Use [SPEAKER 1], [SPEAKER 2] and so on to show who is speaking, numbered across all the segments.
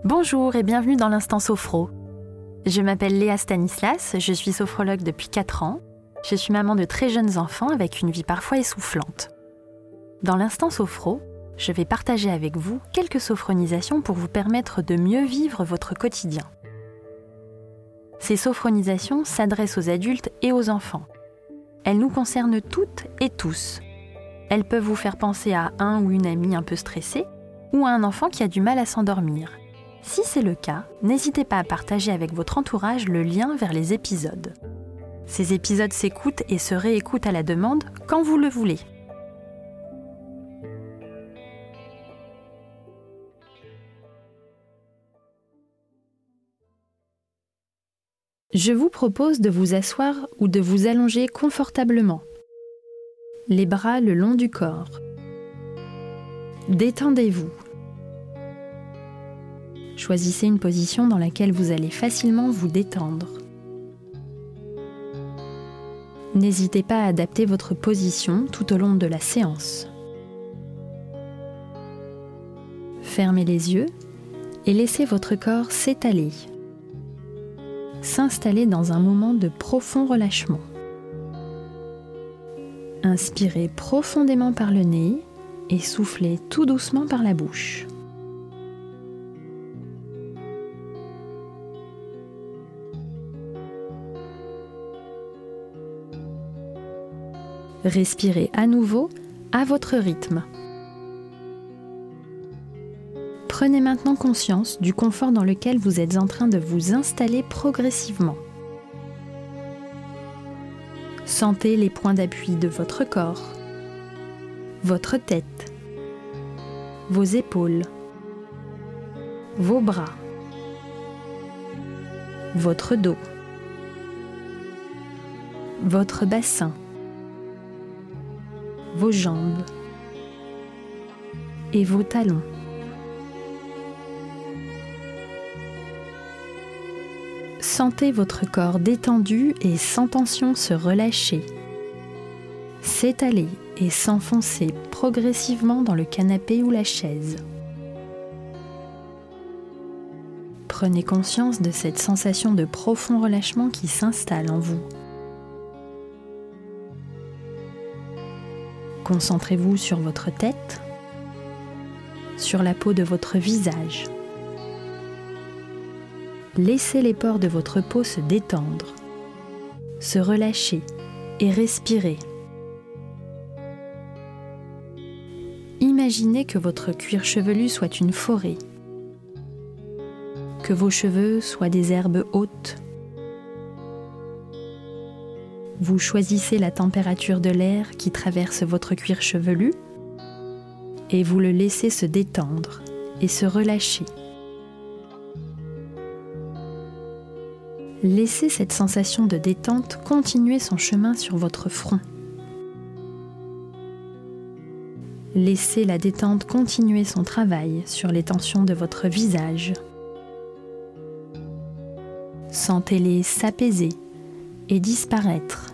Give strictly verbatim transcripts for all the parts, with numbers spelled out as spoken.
[SPEAKER 1] Bonjour et bienvenue dans l'Instant Sophro. Je m'appelle Léa Stanislas, je suis sophrologue depuis quatre ans. Je suis maman de très jeunes enfants avec une vie parfois essoufflante. Dans l'Instant Sophro, je vais partager avec vous quelques sophronisations pour vous permettre de mieux vivre votre quotidien. Ces sophronisations s'adressent aux adultes et aux enfants. Elles nous concernent toutes et tous. Elles peuvent vous faire penser à un ou une amie un peu stressée ou à un enfant qui a du mal à s'endormir. Si c'est le cas, n'hésitez pas à partager avec votre entourage le lien vers les épisodes. Ces épisodes s'écoutent et se réécoutent à la demande quand vous le voulez. Je vous propose de vous asseoir ou de vous allonger confortablement, les bras le long du corps. Détendez-vous. Choisissez une position dans laquelle vous allez facilement vous détendre. N'hésitez pas à adapter votre position tout au long de la séance. Fermez les yeux et laissez votre corps s'étaler, s'installer dans un moment de profond relâchement. Inspirez profondément par le nez et soufflez tout doucement par la bouche. Respirez à nouveau à votre rythme. Prenez maintenant conscience du confort dans lequel vous êtes en train de vous installer progressivement. Sentez les points d'appui de votre corps, votre tête, vos épaules, vos bras, votre dos, votre bassin, vos jambes et vos talons. Sentez votre corps détendu et sans tension se relâcher, s'étaler et s'enfoncer progressivement dans le canapé ou la chaise. Prenez conscience de cette sensation de profond relâchement qui s'installe en vous. Concentrez-vous sur votre tête, sur la peau de votre visage. Laissez les pores de votre peau se détendre, se relâcher et respirer. Imaginez que votre cuir chevelu soit une forêt, que vos cheveux soient des herbes hautes. Vous choisissez la température de l'air qui traverse votre cuir chevelu et vous le laissez se détendre et se relâcher. Laissez cette sensation de détente continuer son chemin sur votre front. Laissez la détente continuer son travail sur les tensions de votre visage. Sentez-les s'apaiser et disparaître.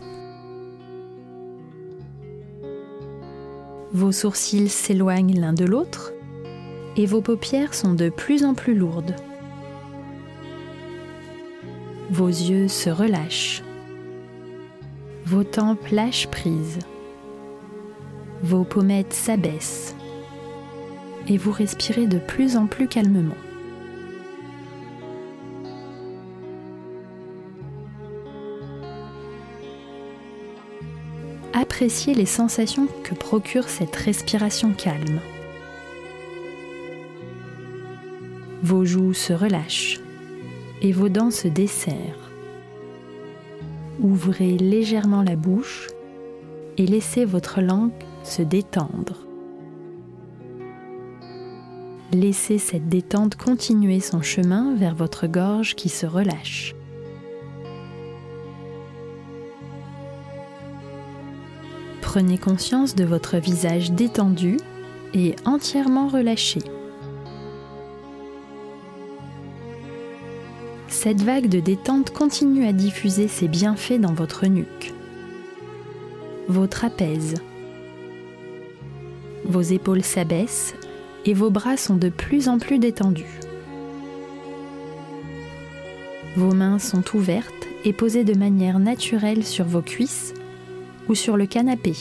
[SPEAKER 1] Vos sourcils s'éloignent l'un de l'autre et vos paupières sont de plus en plus lourdes. Vos yeux se relâchent. Vos tempes lâchent prise. Vos pommettes s'abaissent et vous respirez de plus en plus calmement. Appréciez les sensations que procure cette respiration calme. Vos joues se relâchent et vos dents se desserrent. Ouvrez légèrement la bouche et laissez votre langue se détendre. Laissez cette détente continuer son chemin vers votre gorge qui se relâche. Prenez conscience de votre visage détendu et entièrement relâché. Cette vague de détente continue à diffuser ses bienfaits dans votre nuque, vos trapèzes. Vos épaules s'abaissent et vos bras sont de plus en plus détendus. Vos mains sont ouvertes et posées de manière naturelle sur vos cuisses ou sur le canapé.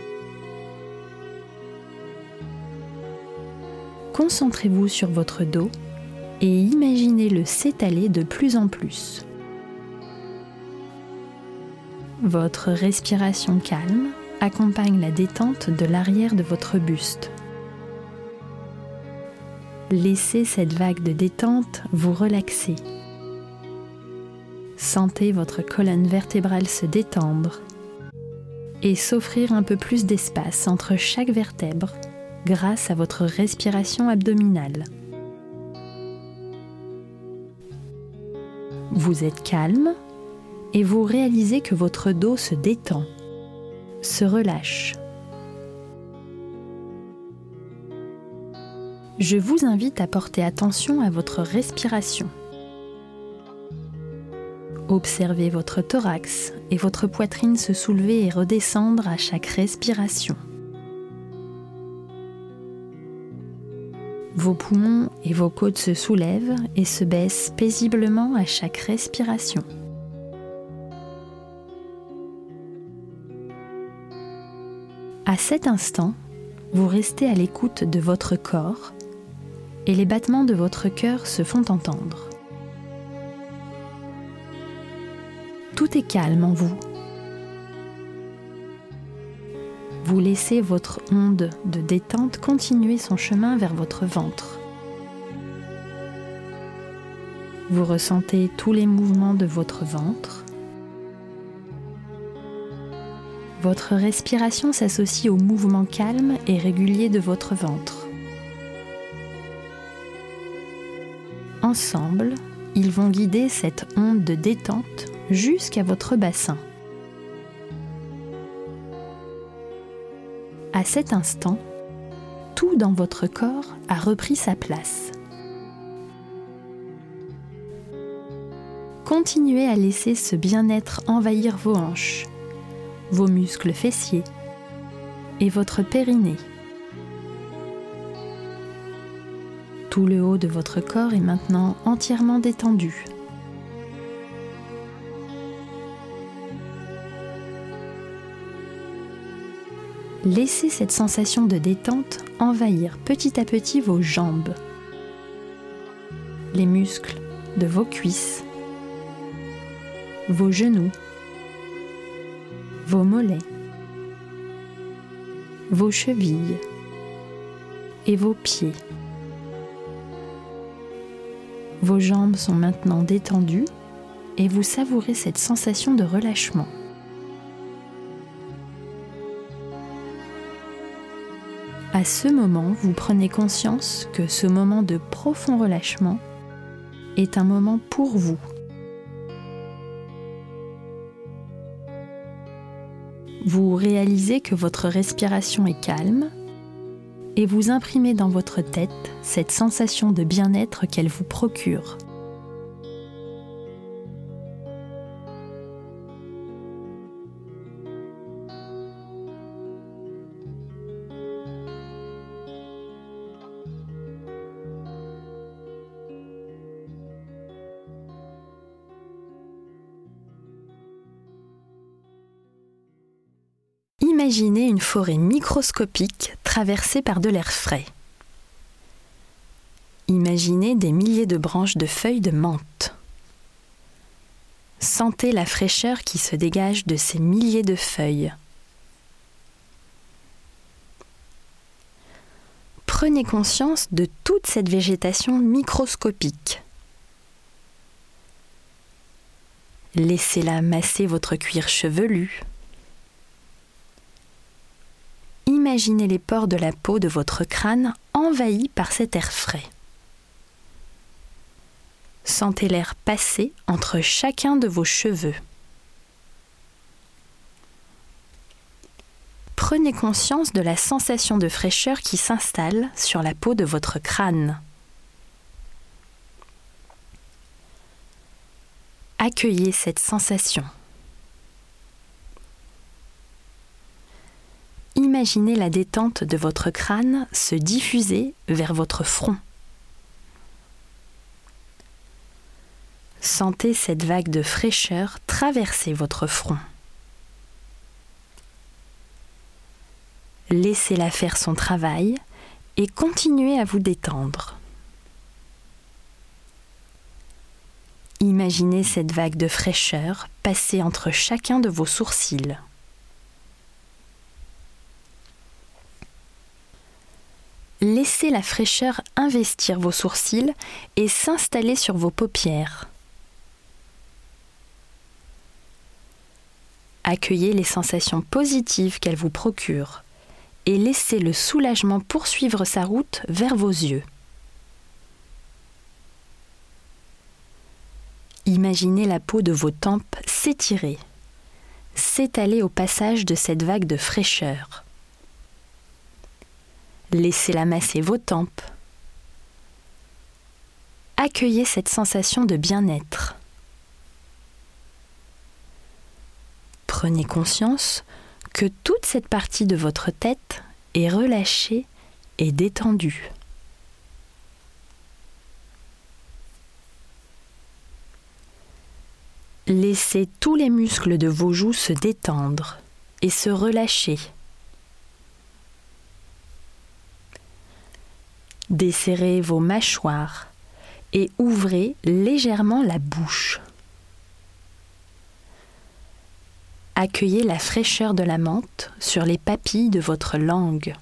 [SPEAKER 1] Concentrez-vous sur votre dos et imaginez-le s'étaler de plus en plus. Votre respiration calme accompagne la détente de l'arrière de votre buste. Laissez cette vague de détente vous relaxer. Sentez votre colonne vertébrale se détendre et s'offrir un peu plus d'espace entre chaque vertèbre grâce à votre respiration abdominale. Vous êtes calme et vous réalisez que votre dos se détend, se relâche. Je vous invite à porter attention à votre respiration. Observez votre thorax et votre poitrine se soulever et redescendre à chaque respiration. Vos poumons et vos côtes se soulèvent et se baissent paisiblement à chaque respiration. À cet instant, vous restez à l'écoute de votre corps et les battements de votre cœur se font entendre. Tout est calme en vous. Vous laissez votre onde de détente continuer son chemin vers votre ventre. Vous ressentez tous les mouvements de votre ventre. Votre respiration s'associe au mouvement calme et régulier de votre ventre. Ensemble, ils vont guider cette onde de détente jusqu'à votre bassin. À cet instant, tout dans votre corps a repris sa place. Continuez à laisser ce bien-être envahir vos hanches, vos muscles fessiers et votre périnée. Tout le haut de votre corps est maintenant entièrement détendu. Laissez cette sensation de détente envahir petit à petit vos jambes, les muscles de vos cuisses, vos genoux, vos mollets, vos chevilles et vos pieds. Vos jambes sont maintenant détendues et vous savourez cette sensation de relâchement. À ce moment, vous prenez conscience que ce moment de profond relâchement est un moment pour vous. Vous réalisez que votre respiration est calme et vous imprimez dans votre tête cette sensation de bien-être qu'elle vous procure. Imaginez une forêt microscopique traversée par de l'air frais. Imaginez des milliers de branches de feuilles de menthe. Sentez la fraîcheur qui se dégage de ces milliers de feuilles. Prenez conscience de toute cette végétation microscopique. Laissez-la masser votre cuir chevelu. Imaginez les pores de la peau de votre crâne envahis par cet air frais. Sentez l'air passer entre chacun de vos cheveux. Prenez conscience de la sensation de fraîcheur qui s'installe sur la peau de votre crâne. Accueillez cette sensation. Imaginez la détente de votre crâne se diffuser vers votre front. Sentez cette vague de fraîcheur traverser votre front. Laissez-la faire son travail et continuez à vous détendre. Imaginez cette vague de fraîcheur passer entre chacun de vos sourcils. Laissez la fraîcheur investir vos sourcils et s'installer sur vos paupières. Accueillez les sensations positives qu'elle vous procure et laissez le soulagement poursuivre sa route vers vos yeux. Imaginez la peau de vos tempes s'étirer, s'étaler au passage de cette vague de fraîcheur. Laissez-la masser vos tempes. Accueillez cette sensation de bien-être. Prenez conscience que toute cette partie de votre tête est relâchée et détendue. Laissez tous les muscles de vos joues se détendre et se relâcher. Desserrez vos mâchoires et ouvrez légèrement la bouche. Accueillez la fraîcheur de la menthe sur les papilles de votre langue.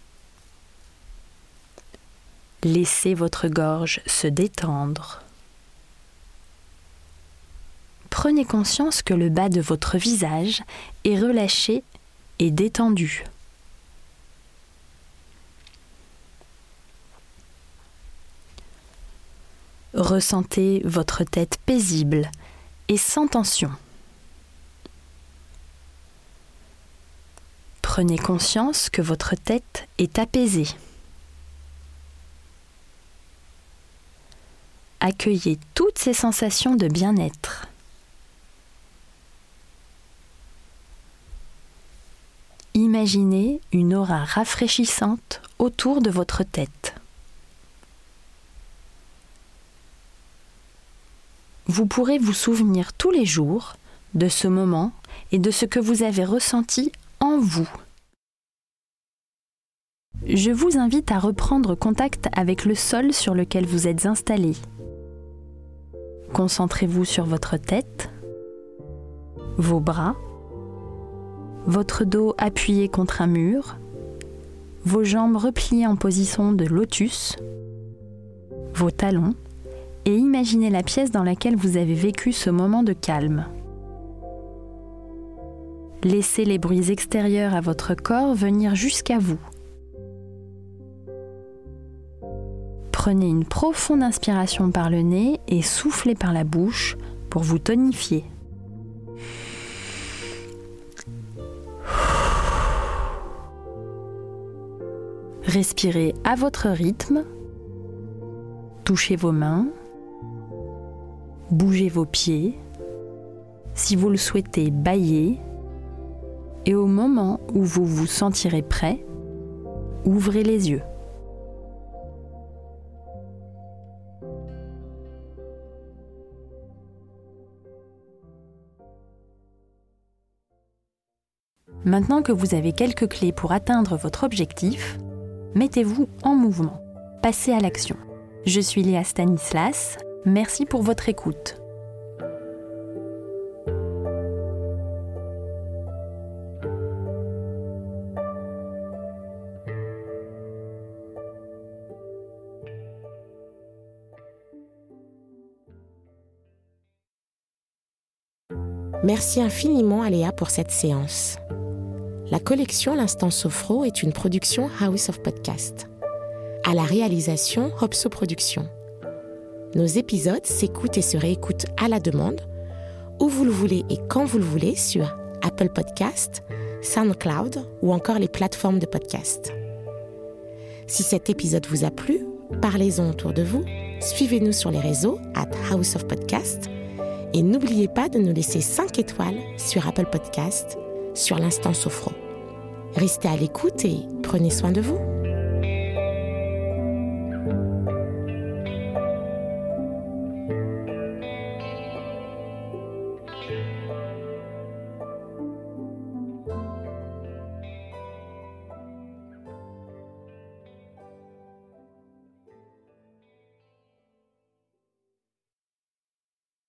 [SPEAKER 1] Laissez votre gorge se détendre. Prenez conscience que le bas de votre visage est relâché et détendu. Ressentez votre tête paisible et sans tension. Prenez conscience que votre tête est apaisée. Accueillez toutes ces sensations de bien-être. Imaginez une aura rafraîchissante autour de votre tête. Vous pourrez vous souvenir tous les jours de ce moment et de ce que vous avez ressenti en vous. Je vous invite à reprendre contact avec le sol sur lequel vous êtes installé. Concentrez-vous sur votre tête, vos bras, votre dos appuyé contre un mur, vos jambes repliées en position de lotus, vos talons, et imaginez la pièce dans laquelle vous avez vécu ce moment de calme. Laissez les bruits extérieurs à votre corps venir jusqu'à vous. Prenez une profonde inspiration par le nez et soufflez par la bouche pour vous tonifier. Respirez à votre rythme, touchez vos mains, bougez vos pieds, si vous le souhaitez, bâillez, et au moment où vous vous sentirez prêt, ouvrez les yeux. Maintenant que vous avez quelques clés pour atteindre votre objectif, mettez-vous en mouvement. Passez à l'action. Je suis Léa Stanislas. Merci pour votre écoute.
[SPEAKER 2] Merci infiniment à Léa pour cette séance. La collection L'Instant Sophro est une production House of Podcast. À la réalisation, Hopso Productions. Nos épisodes s'écoutent et se réécoutent à la demande, où vous le voulez et quand vous le voulez sur Apple Podcast, SoundCloud ou encore les plateformes de podcast. Si cet épisode vous a plu, parlez-en autour de vous, suivez-nous sur les réseaux at House of Podcast et n'oubliez pas de nous laisser cinq étoiles sur Apple Podcast sur l'Instant Sophro. Restez à l'écoute et prenez soin de vous.